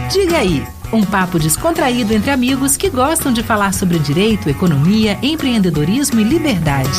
Diga aí, um papo descontraído entre amigos que gostam de falar sobre direito, economia, empreendedorismo e liberdade.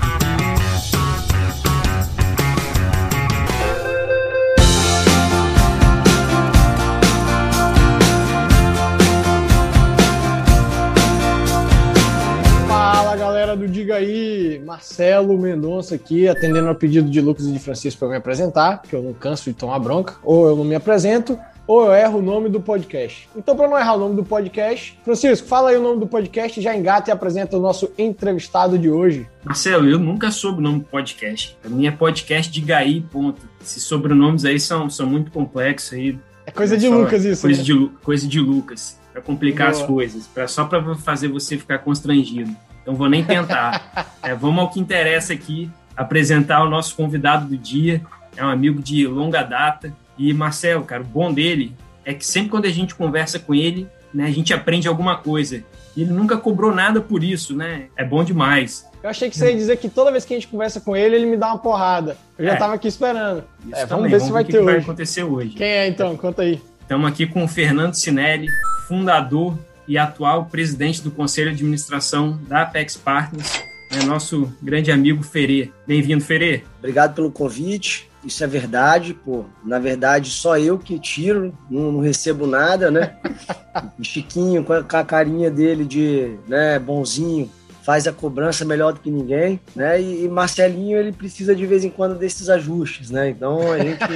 Fala, galera do Diga aí, Marcelo Mendonça aqui, atendendo ao pedido de Lucas e de Francisco para me apresentar, porque eu não canso de tomar bronca, ou eu não me apresento, ou eu erro o nome do podcast. Então, para não errar o nome do podcast, Francisco, fala aí o nome do podcast, já engata e apresenta o nosso entrevistado de hoje. Marcelo, eu nunca soube o nome do podcast. Para mim é podcast de Gaí, ponto. Esses sobrenomes aí são muito complexos aí. É coisa de Lucas isso, coisa de Lucas, para complicar as coisas, só para fazer você ficar constrangido. Então vou nem tentar. Vamos ao que interessa aqui, apresentar o nosso convidado do dia. É um amigo de longa data. E Marcelo, cara, o bom dele é que sempre quando a gente conversa com ele, né, a gente aprende alguma coisa. E ele nunca cobrou nada por isso, né? É bom demais. Eu achei que você ia dizer que toda vez que a gente conversa com ele, ele me dá uma porrada. Eu já estava aqui esperando. Vamos ver se vai ter hoje. Vai acontecer hoje. Quem é então? Conta aí. Estamos aqui com o Fernando Cinelli, fundador e atual presidente do Conselho de Administração da Apex Partners, nosso grande amigo Ferê. Bem-vindo, Ferê. Obrigado pelo convite. Isso é verdade, pô. Na verdade, só eu que tiro, não recebo nada, né? O Chiquinho, com a carinha dele de bonzinho, faz a cobrança melhor do que ninguém, né? E Marcelinho, ele precisa de vez em quando desses ajustes, né? Então a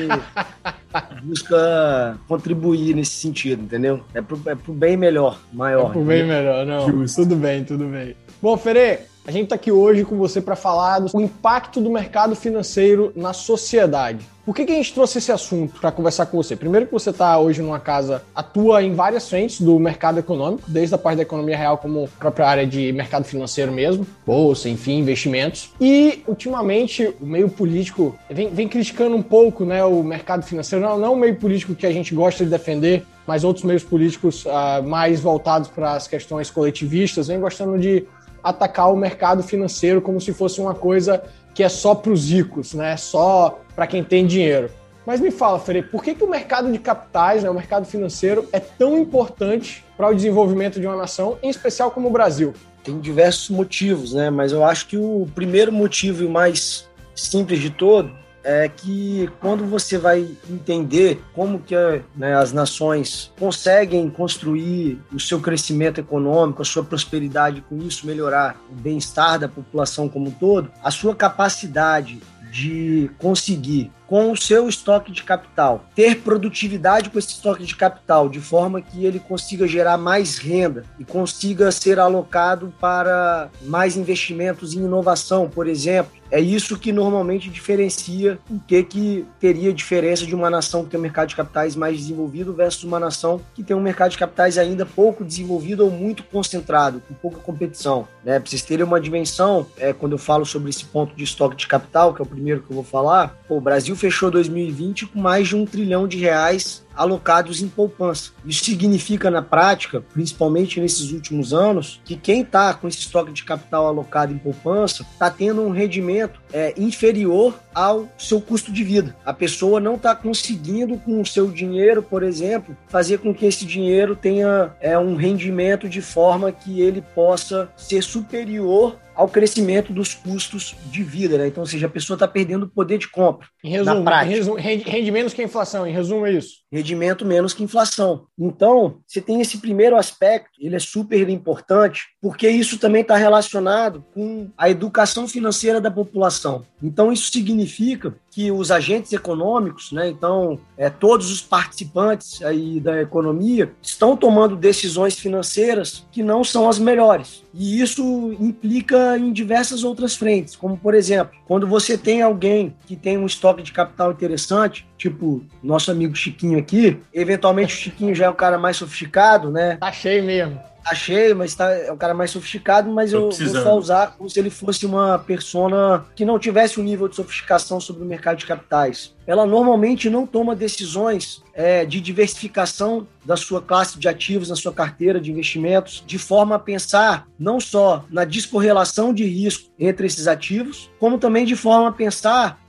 gente busca contribuir nesse sentido, entendeu? É pro bem melhor, maior. É pro bem melhor, não. Justo. Tudo bem. Bom, Ferê, a gente está aqui hoje com você para falar do impacto do mercado financeiro na sociedade. Por que a gente trouxe esse assunto para conversar com você? Primeiro que você está hoje numa casa, atua em várias frentes do mercado econômico, desde a parte da economia real como a própria área de mercado financeiro mesmo, bolsa, enfim, investimentos. E, ultimamente, o meio político vem criticando um pouco, né, o mercado financeiro, não o meio político que a gente gosta de defender, mas outros meios políticos mais voltados para as questões coletivistas, vem gostando de atacar o mercado financeiro como se fosse uma coisa que é só para os ricos, né? Só para quem tem dinheiro. Mas me fala, Ferê, por que o mercado de capitais, né, o mercado financeiro, é tão importante para o desenvolvimento de uma nação, em especial como o Brasil? Tem diversos motivos, né? Mas eu acho que o primeiro motivo e o mais simples de todo é que quando você vai entender como que as nações conseguem construir o seu crescimento econômico, a sua prosperidade, com isso melhorar o bem-estar da população como um todo, a sua capacidade de conseguir, com o seu estoque de capital, ter produtividade com esse estoque de capital, de forma que ele consiga gerar mais renda e consiga ser alocado para mais investimentos em inovação, por exemplo. É isso que normalmente diferencia o que teria diferença de uma nação que tem um mercado de capitais mais desenvolvido versus uma nação que tem um mercado de capitais ainda pouco desenvolvido ou muito concentrado, com pouca competição. Para vocês terem uma dimensão, quando eu falo sobre esse ponto de estoque de capital, que é o primeiro que eu vou falar, o Brasil fechou 2020 com mais de R$1 trilhão alocados em poupança. Isso significa, na prática, principalmente nesses últimos anos, que quem está com esse estoque de capital alocado em poupança está tendo um rendimento inferior ao seu custo de vida. A pessoa não está conseguindo, com o seu dinheiro, por exemplo, fazer com que esse dinheiro tenha um rendimento de forma que ele possa ser superior ao crescimento dos custos de vida, né? Então, ou seja, a pessoa está perdendo o poder de compra. Em resumo, rende menos que a inflação, em resumo é isso. Rendimento menos que inflação. Então, você tem esse primeiro aspecto, ele é super importante, porque isso também está relacionado com a educação financeira da população. Então, isso significa que os agentes econômicos, né, então, todos os participantes aí da economia estão tomando decisões financeiras que não são as melhores. E isso implica em diversas outras frentes, como, por exemplo, quando você tem alguém que tem um estoque de capital interessante, tipo nosso amigo Chiquinho aqui, eventualmente o Chiquinho já é um cara mais sofisticado, né? Tá cheio mesmo. Tá cheio, mas é um cara mais sofisticado, mas eu vou só usar como se ele fosse uma persona que não tivesse um nível de sofisticação sobre o mercado de capitais. Ela normalmente não toma decisões de diversificação da sua classe de ativos, na sua carteira de investimentos, de forma a pensar não só na descorrelação de risco entre esses ativos, como também de forma a pensar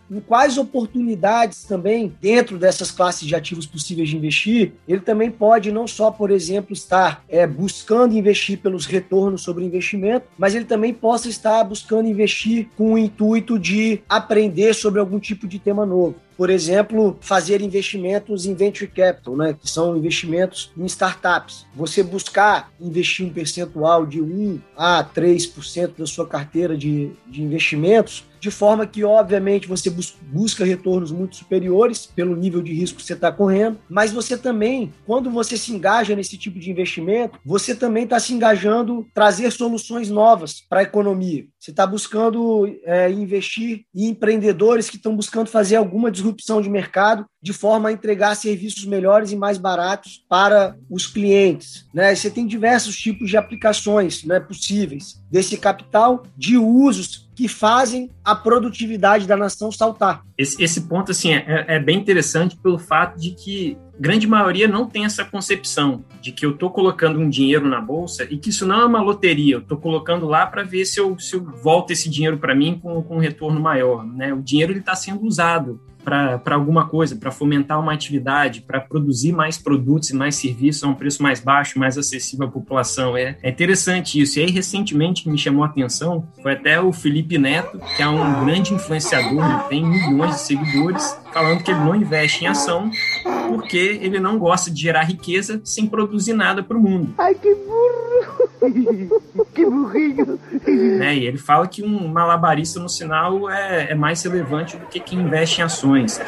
em quais oportunidades também, dentro dessas classes de ativos possíveis de investir, ele também pode não só, por exemplo, estar buscando investir pelos retornos sobre investimento, mas ele também possa estar buscando investir com o intuito de aprender sobre algum tipo de tema novo. Por exemplo, fazer investimentos em venture capital, né, que são investimentos em startups. Você buscar investir um percentual de 1 a 3% da sua carteira de investimentos, de forma que, obviamente, você busca retornos muito superiores pelo nível de risco que você está correndo, mas você também, quando você se engaja nesse tipo de investimento, você também está se engajando trazer soluções novas para a economia. Você está buscando investir em empreendedores que estão buscando fazer alguma disrupção de mercado de forma a entregar serviços melhores e mais baratos para os clientes, né? Você tem diversos tipos de aplicações, né, possíveis desse capital, de usos que fazem a produtividade da nação saltar. Esse ponto assim, é bem interessante pelo fato de que grande maioria não tem essa concepção de que eu estou colocando um dinheiro na bolsa e que isso não é uma loteria, eu estou colocando lá para ver se eu volto esse dinheiro para mim com um retorno maior, né? O dinheiro está sendo usado para alguma coisa, para fomentar uma atividade, para produzir mais produtos e mais serviços a um preço mais baixo, mais acessível à população. É interessante isso. E aí, recentemente, que me chamou a atenção foi até o Felipe Neto, que é um grande influenciador, ele tem milhões de seguidores, falando que ele não investe em ação porque ele não gosta de gerar riqueza sem produzir nada para o mundo. Ai, que burro! Que burrinho! E ele fala que um malabarista no sinal é mais relevante do que quem investe em ações.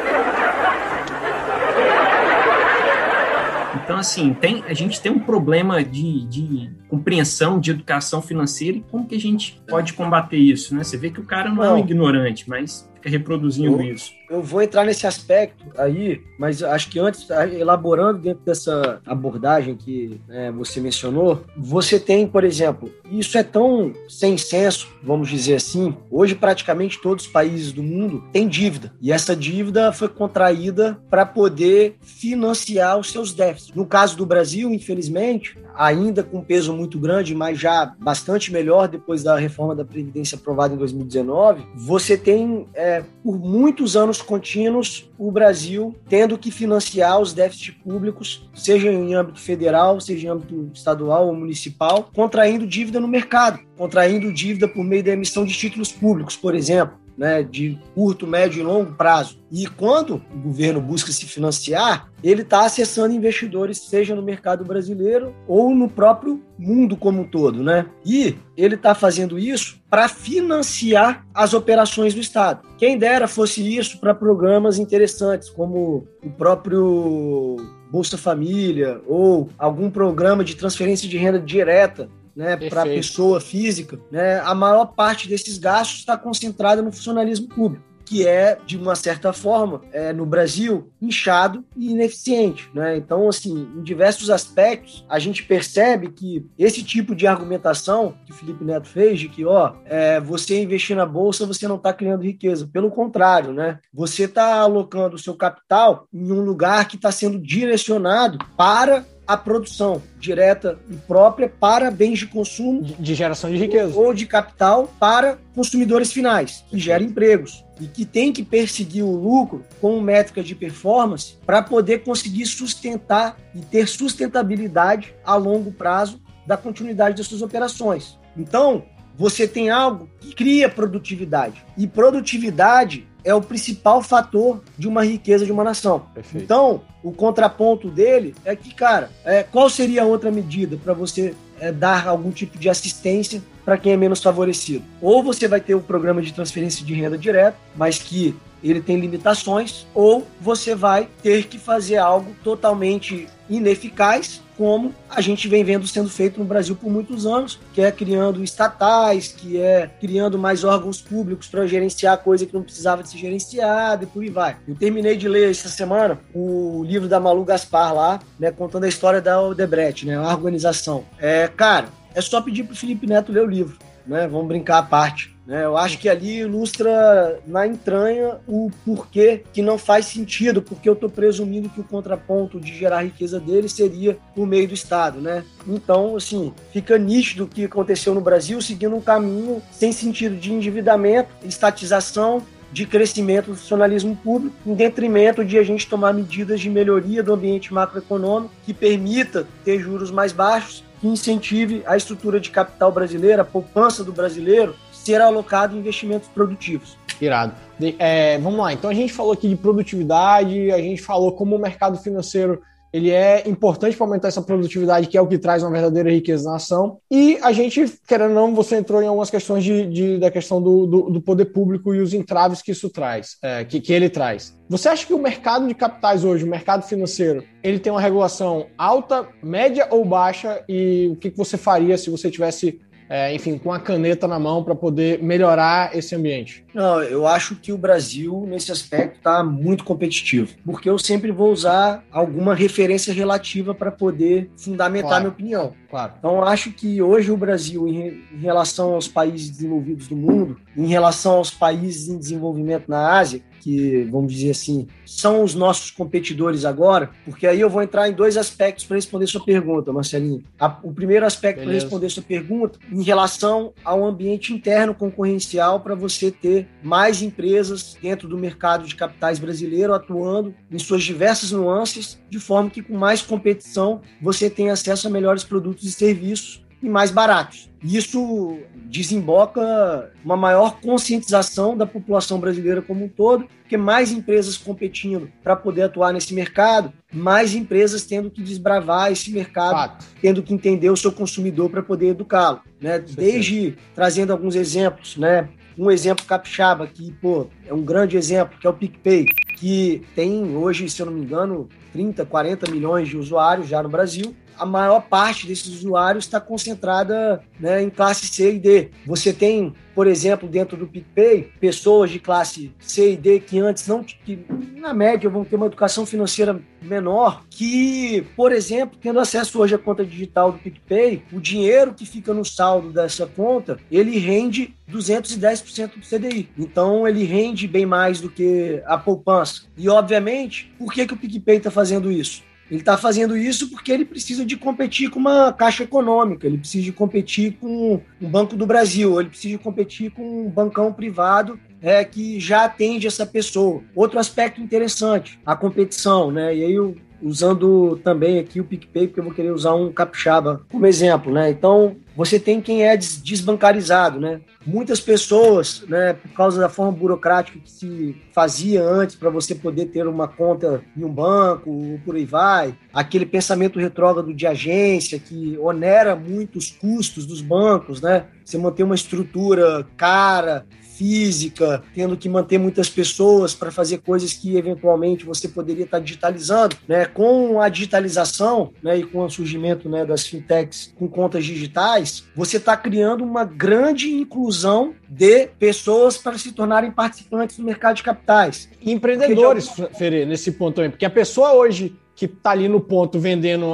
Então, assim, a gente tem um problema de compreensão, de educação financeira, e como que a gente pode combater isso, né? Você vê que o cara não é um ignorante, mas fica reproduzindo isso. Eu vou entrar nesse aspecto aí, mas acho que antes, elaborando dentro dessa abordagem que você mencionou, você tem, por exemplo, isso é tão sem senso, vamos dizer assim, hoje praticamente todos os países do mundo têm dívida, e essa dívida foi contraída para poder financiar os seus déficits. No caso do Brasil, infelizmente, ainda com peso muito grande, mas já bastante melhor depois da reforma da Previdência aprovada em 2019, você tem, por muitos anos contínuos, o Brasil tendo que financiar os déficits públicos, seja em âmbito federal, seja em âmbito estadual ou municipal, contraindo dívida no mercado, contraindo dívida por meio da emissão de títulos públicos, por exemplo, né, de curto, médio e longo prazo. E quando o governo busca se financiar, ele está acessando investidores, seja no mercado brasileiro ou no próprio mundo como um todo, né? E ele está fazendo isso para financiar as operações do Estado. Quem dera fosse isso para programas interessantes, como o próprio Bolsa Família ou algum programa de transferência de renda direta, né, para a pessoa física, né? A maior parte desses gastos está concentrada no funcionalismo público, que é, de uma certa forma, no Brasil, inchado e ineficiente, né? Então, assim, em diversos aspectos, a gente percebe que esse tipo de argumentação que o Felipe Neto fez, de que, você investir na Bolsa, você não está criando riqueza. Pelo contrário, né? Você está alocando o seu capital em um lugar que está sendo direcionado para a produção direta e própria para bens de consumo, de geração de riqueza, ou de capital para consumidores finais, que geram empregos e que tem que perseguir o lucro como métrica de performance para poder conseguir sustentar e ter sustentabilidade a longo prazo da continuidade das suas operações. Então, você tem algo que cria produtividade, e produtividade é o principal fator de uma riqueza de uma nação. Perfeito. Então, o contraponto dele é que, cara, qual seria a outra medida para você dar algum tipo de assistência para quem é menos favorecido? Ou você vai ter o programa de transferência de renda direta, mas que ele tem limitações, ou você vai ter que fazer algo totalmente ineficaz, como a gente vem vendo sendo feito no Brasil por muitos anos, que é criando estatais, que é criando mais órgãos públicos para gerenciar coisa que não precisava de ser gerenciada e por aí vai. Eu terminei de ler essa semana o livro da Malu Gaspar lá, né, contando a história da Odebrecht, né, a organização. Cara, é só pedir pro Felipe Neto ler o livro, né, vamos brincar à parte. Eu acho que ali ilustra na entranha o porquê que não faz sentido, porque eu estou presumindo que o contraponto de gerar riqueza dele seria por meio do Estado, né? Então, assim, fica nítido o que aconteceu no Brasil, seguindo um caminho sem sentido de endividamento, estatização, de crescimento do funcionalismo público, em detrimento de a gente tomar medidas de melhoria do ambiente macroeconômico que permita ter juros mais baixos, que incentive a estrutura de capital brasileira, a poupança do brasileiro, ser alocado em investimentos produtivos. Irado. Vamos lá, então a gente falou aqui de produtividade, a gente falou como o mercado financeiro ele é importante para aumentar essa produtividade, que é o que traz uma verdadeira riqueza na nação. E a gente, querendo ou não, você entrou em algumas questões da questão do poder público e os entraves que isso traz, que ele traz. Você acha que o mercado de capitais hoje, o mercado financeiro, ele tem uma regulação alta, média ou baixa? E o que você faria se você tivesse com a caneta na mão para poder melhorar esse ambiente? Não, eu acho que o Brasil, nesse aspecto, está muito competitivo, porque eu sempre vou usar alguma referência relativa para poder fundamentar minha opinião. Claro. Então, eu acho que hoje o Brasil, em relação aos países desenvolvidos do mundo, em relação aos países em desenvolvimento na Ásia, que, vamos dizer assim, são os nossos competidores agora, porque aí eu vou entrar em dois aspectos para responder sua pergunta, Marcelinho. O primeiro aspecto para responder sua pergunta, em relação ao ambiente interno concorrencial, para você ter mais empresas dentro do mercado de capitais brasileiro atuando em suas diversas nuances, de forma que com mais competição você tenha acesso a melhores produtos e serviços e mais baratos. Isso desemboca uma maior conscientização da população brasileira como um todo, porque mais empresas competindo para poder atuar nesse mercado, mais empresas tendo que desbravar esse mercado, tendo que entender o seu consumidor para poder educá-lo, né? Desde trazendo alguns exemplos, né? Um exemplo capixaba, que é um grande exemplo, que é o PicPay, que tem hoje, se eu não me engano, 30, 40 milhões de usuários já no Brasil. A maior parte desses usuários está concentrada, né, em classe C e D. Você tem, por exemplo, dentro do PicPay, pessoas de classe C e D que antes que na média vão ter uma educação financeira menor, que, por exemplo, tendo acesso hoje à conta digital do PicPay, o dinheiro que fica no saldo dessa conta, ele rende 210% do CDI. Então, ele rende bem mais do que a poupança. E, obviamente, por que o PicPay está fazendo isso? Ele está fazendo isso porque ele precisa de competir com uma Caixa Econômica, ele precisa de competir com o Banco do Brasil, ele precisa de competir com um bancão privado que já atende essa pessoa. Outro aspecto interessante, a competição, né? E aí usando também aqui o PicPay, porque eu vou querer usar um capixaba como exemplo, né? Então, você tem quem é desbancarizado, né? Muitas pessoas, né, por causa da forma burocrática que se fazia antes para você poder ter uma conta em um banco, por aí vai, aquele pensamento retrógrado de agência que onera muito os custos dos bancos, né? Você manter uma estrutura cara, física, tendo que manter muitas pessoas para fazer coisas que eventualmente você poderia estar digitalizando, né? Com a digitalização, né, e com o surgimento, né, das fintechs com contas digitais, você está criando uma grande inclusão de pessoas para se tornarem participantes do mercado de capitais. E empreendedores, Ferê, nesse ponto também, porque a pessoa hoje que está ali no ponto vendendo,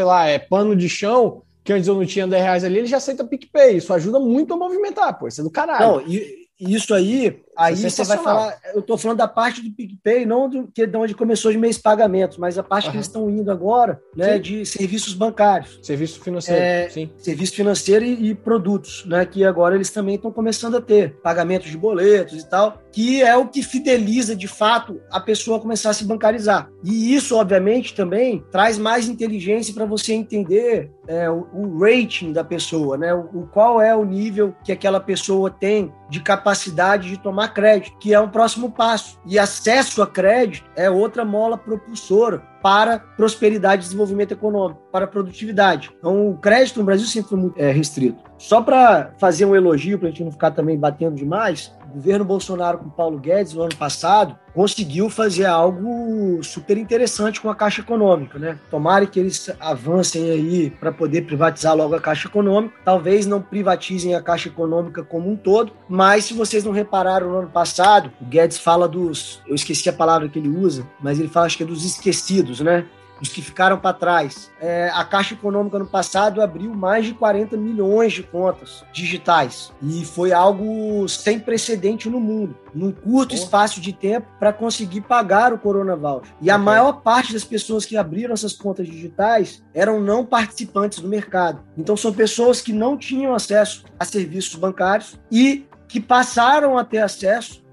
pano de chão, que antes eu não tinha R$10 ali, ele já aceita PicPay. Isso ajuda muito a movimentar, isso é do caralho. Não, isso aí você vai falar, eu estou falando da parte do PicPay, não de onde começou de meios de pagamentos, mas a parte que eles estão indo agora, né, de serviços bancários. Serviço financeiro, sim. Serviço financeiro e produtos, né, que agora eles também estão começando a ter pagamentos de boletos e tal, que é o que fideliza, de fato, a pessoa a começar a se bancarizar. E isso, obviamente, também traz mais inteligência para você entender o rating da pessoa, né, qual é o nível que aquela pessoa tem de capacidade de tomar crédito, que é um próximo passo. E acesso a crédito é outra mola propulsora para prosperidade e desenvolvimento econômico, para produtividade. Então, o crédito no Brasil sempre foi muito restrito. Só para fazer um elogio, para a gente não ficar também batendo demais, o governo Bolsonaro com Paulo Guedes, no ano passado, conseguiu fazer algo super interessante com a Caixa Econômica, né? Tomara que eles avancem aí para poder privatizar logo a Caixa Econômica. Talvez não privatizem a Caixa Econômica como um todo, mas se vocês não repararam, no ano passado, o Guedes fala eu esqueci a palavra que ele usa, mas ele fala, acho que é dos esquecidos, né? Os que ficaram para trás. A Caixa Econômica, no passado, abriu mais de 40 milhões de contas digitais. E foi algo sem precedente no mundo, num curto espaço de tempo, para conseguir pagar o Corona Voucher. E a maior parte das pessoas que abriram essas contas digitais eram não participantes do mercado. Então, são pessoas que não tinham acesso a serviços bancários e que passaram a ter acesso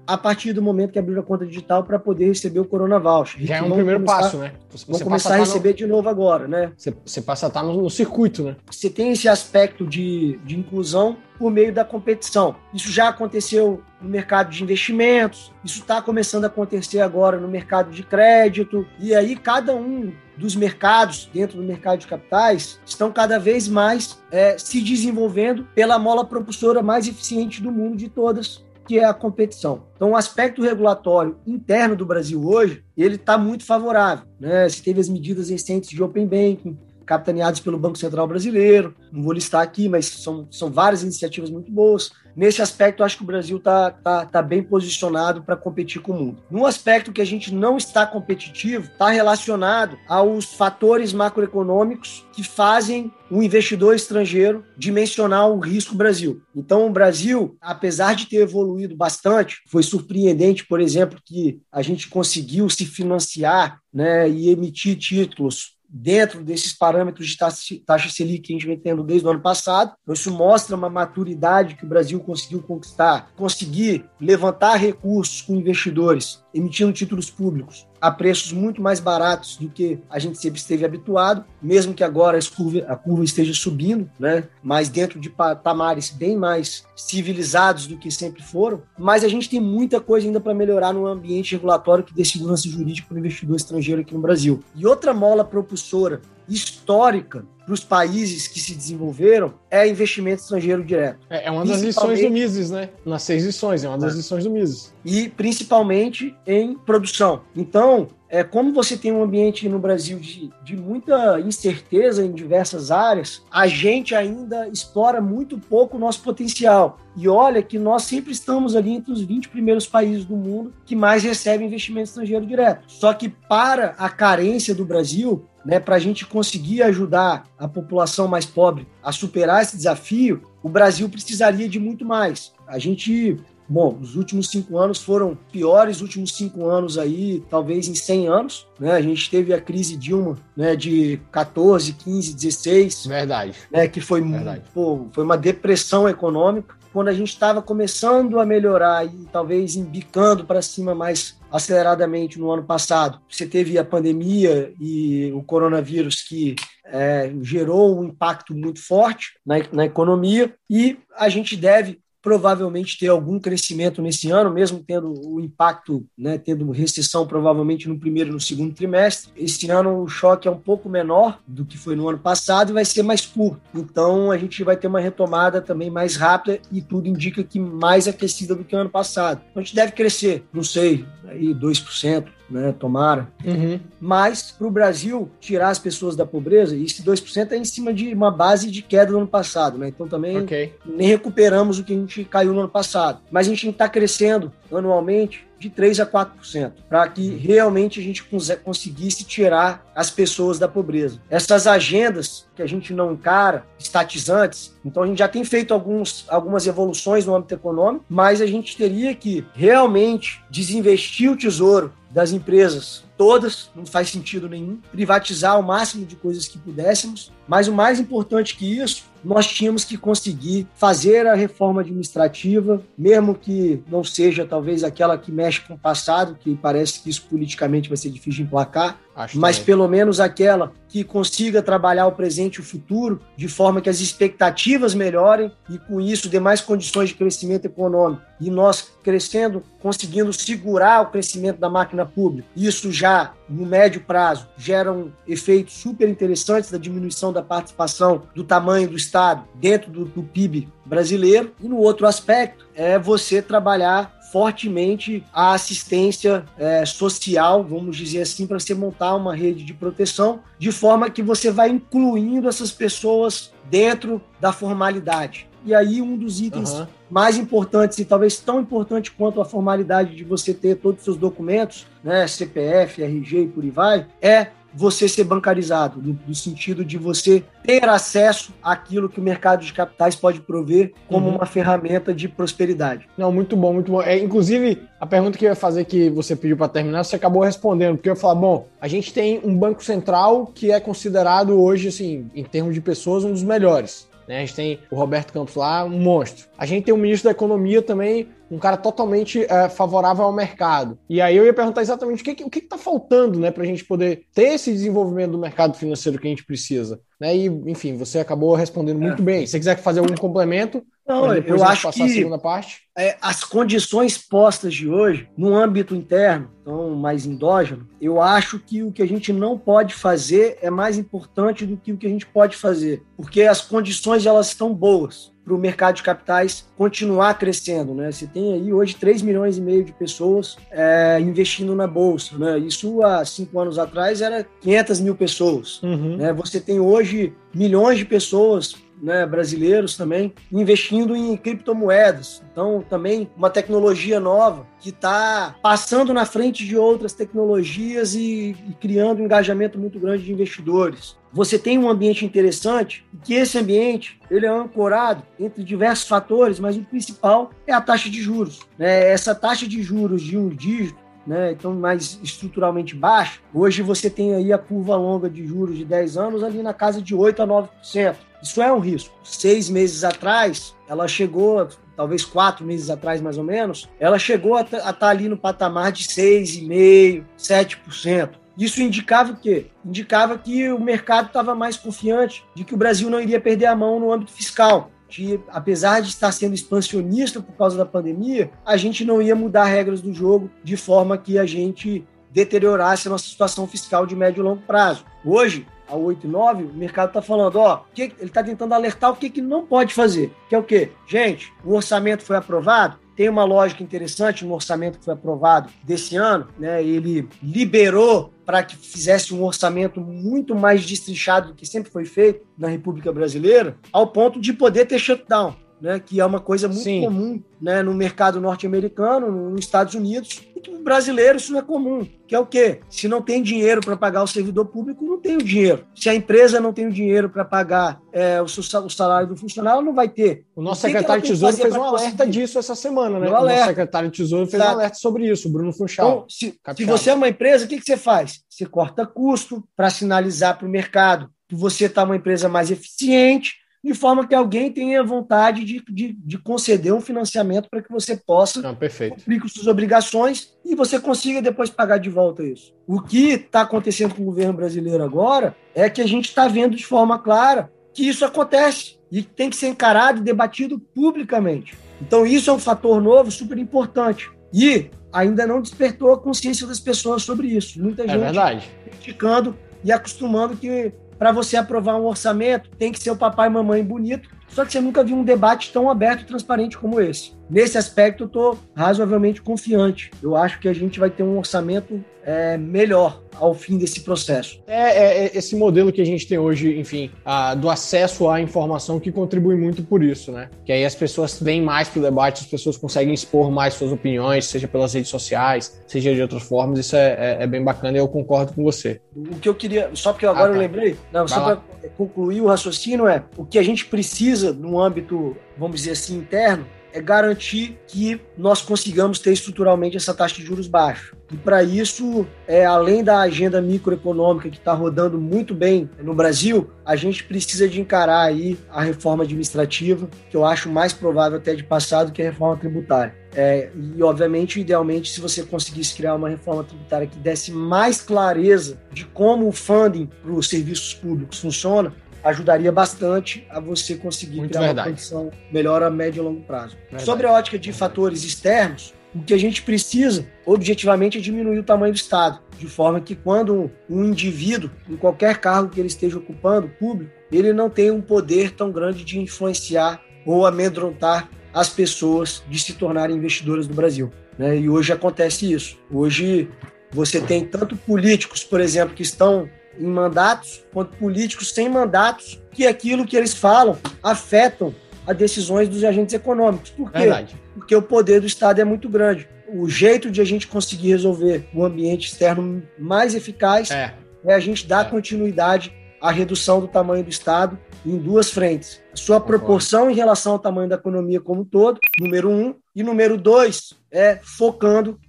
a partir do momento que abriu a conta digital para poder receber o Corona Voucher. Já é um primeiro passo, né? Vamos começar a receber de novo agora, né? Você passa a estar no circuito, né? Você tem esse aspecto de inclusão por meio da competição. Isso já aconteceu no mercado de investimentos, isso está começando a acontecer agora no mercado de crédito, e aí cada um dos mercados dentro do mercado de capitais estão cada vez mais se desenvolvendo pela mola propulsora mais eficiente do mundo de todas, que é a competição. Então, o aspecto regulatório interno do Brasil hoje, ele está muito favorável, né? Você teve as medidas recentes de Open Banking, capitaneados pelo Banco Central Brasileiro, não vou listar aqui, mas são várias iniciativas muito boas. Nesse aspecto, acho que o Brasil está bem posicionado para competir com o mundo. No aspecto que a gente não está competitivo, está relacionado aos fatores macroeconômicos que fazem o investidor estrangeiro dimensionar o risco Brasil. Então, o Brasil, apesar de ter evoluído bastante, foi surpreendente, por exemplo, que a gente conseguiu se financiar, né, e emitir títulos dentro desses parâmetros de taxa Selic que a gente vem tendo desde o ano passado. Isso mostra uma maturidade que o Brasil conseguiu conquistar, conseguir levantar recursos com investidores, emitindo títulos públicos a preços muito mais baratos do que a gente sempre esteve habituado, mesmo que agora a curva esteja subindo, né? Mas dentro de patamares bem mais civilizados do que sempre foram. Mas a gente tem muita coisa ainda para melhorar no ambiente regulatório que dê segurança jurídica para o investidor estrangeiro aqui no Brasil. E outra mola propulsora histórica para os países que se desenvolveram é investimento estrangeiro direto. É uma das lições do Mises, né? Nas 6 lições, é uma das lições do Mises. E principalmente em produção. Então, como você tem um ambiente no Brasil de muita incerteza em diversas áreas, a gente ainda explora muito pouco o nosso potencial. E olha que nós sempre estamos ali entre os 20 primeiros países do mundo que mais recebem investimento estrangeiro direto. Só que para a carência do Brasil, né, para a gente conseguir ajudar a população mais pobre a superar esse desafio, o Brasil precisaria de muito mais. A gente, os últimos 5 anos foram piores últimos 5 anos aí, talvez em 100 anos, né? A gente teve a crise Dilma, né, de 14, 15, 16. Verdade. Né, que foi uma depressão econômica. Quando a gente estava começando a melhorar e talvez embicando para cima mais aceleradamente no ano passado, você teve a pandemia e o coronavírus que gerou um impacto muito forte na economia, e a gente deve provavelmente ter algum crescimento nesse ano, mesmo tendo o impacto, né, tendo recessão provavelmente no primeiro e no segundo trimestre. Esse ano o choque é um pouco menor do que foi no ano passado e vai ser mais curto. Então a gente vai ter uma retomada também mais rápida e tudo indica que mais aquecida do que o ano passado. Então a gente deve crescer, não sei, aí 2%. Né, tomara. Mas para o Brasil tirar as pessoas da pobreza, e esse 2% é em cima de uma base de queda do ano passado, né? Então também nem recuperamos o que a gente caiu no ano passado, mas a gente está crescendo anualmente de 3% a 4%, para que realmente a gente conseguisse tirar as pessoas da pobreza. Essas agendas que a gente não encara, estatizantes, então a gente já tem feito algumas evoluções no âmbito econômico, mas a gente teria que realmente desinvestir o tesouro das empresas todas, não faz sentido nenhum, privatizar o máximo de coisas que pudéssemos, mas o mais importante que isso, nós tínhamos que conseguir fazer a reforma administrativa, mesmo que não seja talvez aquela que mexe com o passado, que parece que isso politicamente vai ser difícil de emplacar, mas pelo menos aquela que consiga trabalhar o presente e o futuro, de forma que as expectativas melhorem e com isso dê mais condições de crescimento econômico. E nós crescendo, conseguindo segurar o crescimento da máquina pública. Isso já, no médio prazo, geram efeitos super interessantes da diminuição da participação do tamanho do Estado dentro do PIB brasileiro. E no outro aspecto, é você trabalhar fortemente a assistência social, vamos dizer assim, para você montar uma rede de proteção, de forma que você vai incluindo essas pessoas dentro da formalidade. E aí um dos itens mais importantes, e talvez tão importante quanto a formalidade de você ter todos os seus documentos, né, CPF, RG e por aí vai, é você ser bancarizado, no sentido de você ter acesso àquilo que o mercado de capitais pode prover como uma ferramenta de prosperidade. Não, muito bom, muito bom. Inclusive, a pergunta que eu ia fazer, que você pediu para terminar, você acabou respondendo, porque eu ia falar, a gente tem um Banco Central que é considerado hoje, assim, em termos de pessoas, um dos melhores. A gente tem o Roberto Campos lá, um monstro. A gente tem o ministro da Economia também, um cara totalmente favorável ao mercado. E aí eu ia perguntar exatamente o que está faltando, né, para a gente poder ter esse desenvolvimento do mercado financeiro que a gente precisa. Né? E, enfim, você acabou respondendo muito bem. Se você quiser fazer algum complemento, não, depois eu acho passar que a segunda parte. As condições postas de hoje, no âmbito interno, então mais endógeno, eu acho que o que a gente não pode fazer é mais importante do que o que a gente pode fazer, porque as condições elas estão boas para o mercado de capitais continuar crescendo, né? Você tem aí hoje 3,5 milhões de pessoas investindo na Bolsa, né? Isso há 5 anos atrás era 500 mil pessoas. Né? Você tem hoje milhões de pessoas, né, brasileiros também, investindo em criptomoedas. Então, também uma tecnologia nova que está passando na frente de outras tecnologias e criando um engajamento muito grande de investidores. Você tem um ambiente interessante, que esse ambiente ele é ancorado entre diversos fatores, mas o principal é a taxa de juros. Né? Essa taxa de juros de um dígito, né, então mais estruturalmente baixa, hoje você tem aí a curva longa de juros de 10 anos ali na casa de 8% a 9%. Isso é um risco. 6 meses atrás, ela chegou, talvez 4 meses atrás mais ou menos, ela chegou a estar ali no patamar de 6,5%, 7%. Isso indicava o quê? Indicava que o mercado estava mais confiante de que o Brasil não iria perder a mão no âmbito fiscal. Que, apesar de estar sendo expansionista por causa da pandemia, a gente não ia mudar regras do jogo de forma que a gente deteriorasse a nossa situação fiscal de médio e longo prazo. Hoje, a 8,9, o mercado está falando, ele está tentando alertar o que não pode fazer, que é o quê? Gente, o orçamento foi aprovado, tem uma lógica interessante no orçamento que foi aprovado desse ano, né? Ele liberou para que fizesse um orçamento muito mais destrinchado do que sempre foi feito na República Brasileira, ao ponto de poder ter shutdown, né? Que é uma coisa muito comum, né? No mercado norte-americano, nos Estados Unidos, e que o brasileiro isso não é comum, que é o quê? Se não tem dinheiro para pagar o servidor público, não tem o dinheiro. Se a empresa não tem o dinheiro para pagar o salário do funcionário, não vai ter. O nosso secretário de Tesouro fez um alerta disso essa semana, né? O nosso secretário de Tesouro fez um alerta sobre isso, o Bruno Funchal. Então, se você é uma empresa, o que você faz? Você corta custo para sinalizar para o mercado que você está uma empresa mais eficiente, de forma que alguém tenha vontade de conceder um financiamento para que você possa cumprir com suas obrigações e você consiga depois pagar de volta isso. O que está acontecendo com o governo brasileiro agora é que a gente está vendo de forma clara que isso acontece e tem que ser encarado e debatido publicamente. Então isso é um fator novo, super importante. E ainda não despertou a consciência das pessoas sobre isso. Muita gente criticando e acostumando que para você aprovar um orçamento, tem que ser o papai e mamãe bonito, só que você nunca viu um debate tão aberto e transparente como esse. Nesse aspecto, eu estou razoavelmente confiante. Eu acho que a gente vai ter um orçamento melhor ao fim desse processo. Esse modelo que a gente tem hoje, enfim, do acesso à informação que contribui muito por isso, né? Que aí as pessoas vêm mais para o debate, as pessoas conseguem expor mais suas opiniões, seja pelas redes sociais, seja de outras formas. Isso é bem bacana e eu concordo com você. O que eu queria, só porque agora eu lembrei, só para concluir o raciocínio, o que a gente precisa no âmbito, vamos dizer assim, interno, é garantir que nós consigamos ter estruturalmente essa taxa de juros baixa. E para isso, além da agenda microeconômica que está rodando muito bem no Brasil, a gente precisa de encarar aí a reforma administrativa, que eu acho mais provável até de passar do que a reforma tributária. E, obviamente, idealmente, se você conseguisse criar uma reforma tributária que desse mais clareza de como o funding para os serviços públicos funciona, ajudaria bastante a você conseguir criar uma condição melhor a médio e longo prazo. Sobre a ótica de fatores externos, o que a gente precisa, objetivamente, é diminuir o tamanho do Estado, de forma que quando um indivíduo, em qualquer cargo que ele esteja ocupando, público, ele não tem um poder tão grande de influenciar ou amedrontar as pessoas de se tornarem investidoras do Brasil. Né? E hoje acontece isso. Hoje você tem tanto políticos, por exemplo, que estão em mandatos, quanto políticos sem mandatos, que aquilo que eles falam afetam as decisões dos agentes econômicos. Por quê? Porque o poder do Estado é muito grande. O jeito de a gente conseguir resolver o ambiente externo mais eficaz é a gente dar continuidade à redução do tamanho do Estado em duas frentes. A sua proporção em relação ao tamanho da economia como um todo, número 1, e número 2, focando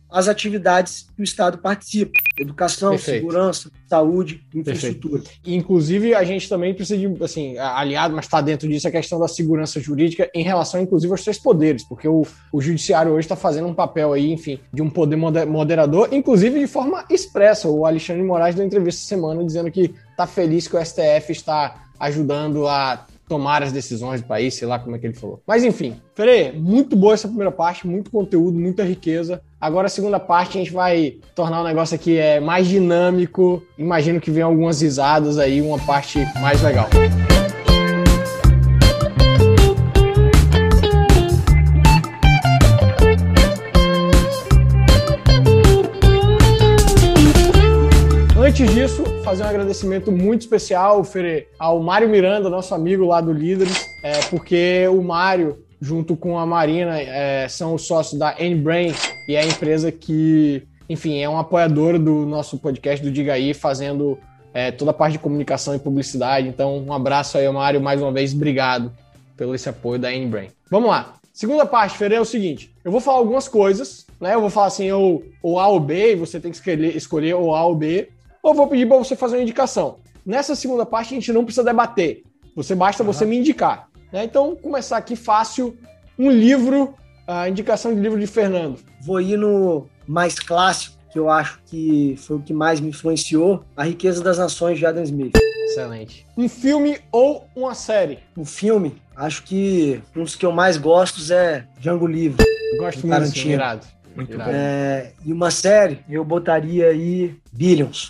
as atividades que o Estado participa. Educação, Perfeito. Segurança, saúde, infraestrutura. E, inclusive, a gente também precisa de, assim, aliado, mas está dentro disso a questão da segurança jurídica em relação, inclusive, aos 3 poderes, porque o judiciário hoje está fazendo um papel aí, enfim, de um poder moderador, inclusive de forma expressa. O Alexandre de Moraes deu entrevista essa semana dizendo que está feliz que o STF está ajudando a tomar as decisões do país, sei lá como é que ele falou. Mas enfim, Ferê, muito boa essa primeira parte, muito conteúdo, muita riqueza. Agora a segunda parte a gente vai tornar o negócio aqui mais dinâmico. Imagino que venha algumas risadas aí, uma parte mais legal. Antes disso, fazer um agradecimento muito especial, Ferê, ao Mário Miranda, nosso amigo lá do Líderes, porque o Mário, junto com a Marina, são os sócios da N-Brain, e é a empresa que, enfim, é um apoiador do nosso podcast do Diga Aí, fazendo toda a parte de comunicação e publicidade. Então, um abraço aí ao Mário, mais uma vez, obrigado pelo esse apoio da N-Brain. Vamos lá. Segunda parte, Ferê, é o seguinte, eu vou falar algumas coisas, né? Eu vou falar assim, ou A ou B, e você tem que escolher ou A ou B, ou vou pedir para você fazer uma indicação. Nessa segunda parte, a gente não precisa debater. Basta você me indicar. Né? Então, começar aqui fácil. Um livro, a indicação de livro de Fernando. Vou ir no mais clássico, que eu acho que foi o que mais me influenciou, A Riqueza das Nações, de Adam Smith. Excelente. Um filme ou uma série? Um filme, acho que um dos que eu mais gosto é Django Livre. Eu gosto muito Tarantino. desse irado. Muito Irado. bom. E uma série, eu botaria aí Billions.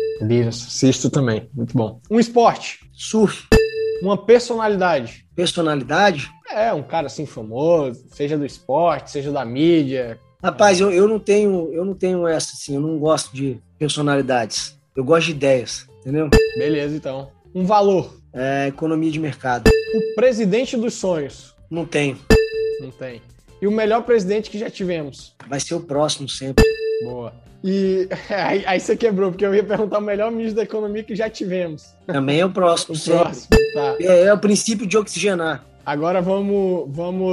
Assisto também. Muito bom. Um esporte? Surf. Uma personalidade? Personalidade? Um cara assim famoso, seja do esporte, seja da mídia. Rapaz, eu não tenho essa, assim, eu não gosto de personalidades. Eu gosto de ideias, entendeu? Beleza, então. Um valor? Economia de mercado. O presidente dos sonhos? Não tenho. Não tem. E o melhor presidente que já tivemos? Vai ser o próximo sempre. Boa. E aí você quebrou, porque eu ia perguntar o melhor ministro da economia que já tivemos. Também é o próximo O sempre. próximo, tá. É o princípio de oxigenar. Agora vamos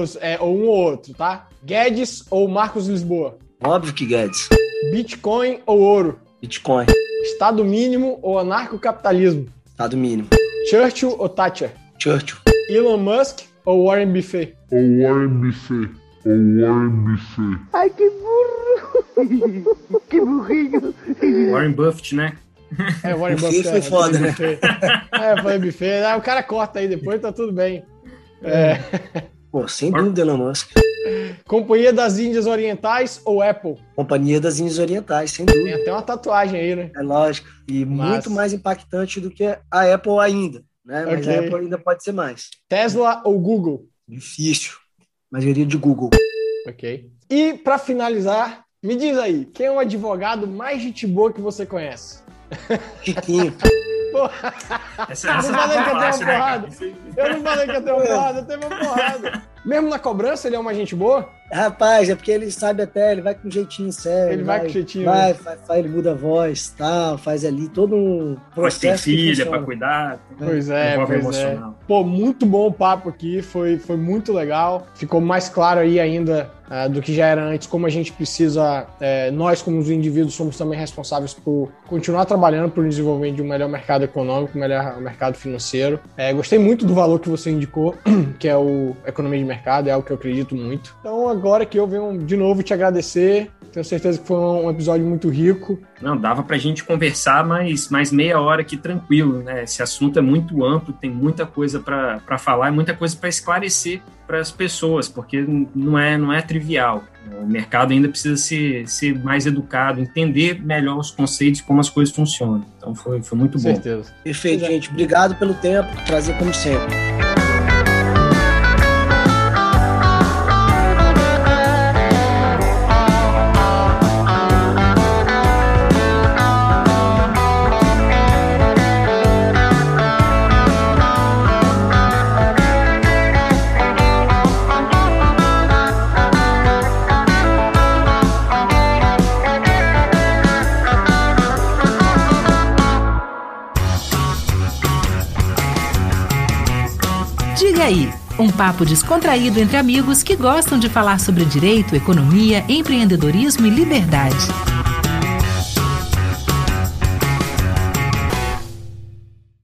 ou um ou outro, tá? Guedes ou Marcos Lisboa? Óbvio que Guedes. Bitcoin ou ouro? Bitcoin. Estado mínimo ou anarcocapitalismo? Estado mínimo. Churchill ou Thatcher? Churchill. Elon Musk ou Warren Buffett? Ai, que burro! Que burrinho! Warren Buffett, né? Warren Buffett Buffett. foi foda, né? Foi Buffett. O cara corta aí depois, tá tudo bem. Pô, sem dúvida, Elon Musk. Companhia das Índias Orientais ou Apple? Companhia das Índias Orientais, sem Tem dúvida. até uma tatuagem aí, né? É lógico. E Massa. muito mais impactante do que a Apple ainda, né? Mas Ok. a Apple ainda pode ser mais. Tesla ou Google? Difícil. Maioria de Google. Ok. E pra finalizar, me diz aí, quem é o advogado mais gente boa que você conhece? Chiquinho. Essa Eu não falei que ia ter uma fácil, né, cara? porrada. Eu não falei que ia ter uma porrada, eu teve uma porrada. Mesmo na cobrança, ele é uma gente boa? Rapaz, é porque ele sabe até, ele vai com jeitinho sério. Ele vai com jeitinho, Vai, né? ele muda a voz, tal, faz ali todo um Mas tem processo que filha funciona. pra cuidar. Pois Envolve é. emocional. Pô, muito bom o papo aqui, foi muito legal. Ficou mais claro aí ainda do que já era antes, como a gente precisa, nós como os indivíduos somos também responsáveis por continuar trabalhando para o desenvolvimento de um melhor mercado econômico, um melhor mercado financeiro. Gostei muito do valor que você indicou, que é o economia de mercado, é algo que eu acredito muito. Então agora que eu venho de novo te agradecer, tenho certeza que foi um episódio muito rico. Não, dava pra gente conversar mais meia hora aqui tranquilo, né? Esse assunto é muito amplo, tem muita coisa para falar, muita coisa para esclarecer para as pessoas, porque não é trivial. O mercado ainda precisa ser mais educado, entender melhor os conceitos e como as coisas funcionam. Então foi muito Com bom. certeza. Perfeito, gente. Obrigado pelo tempo, prazer como sempre. Diga aí, Um papo descontraído entre amigos que gostam de falar sobre direito, economia, empreendedorismo e liberdade.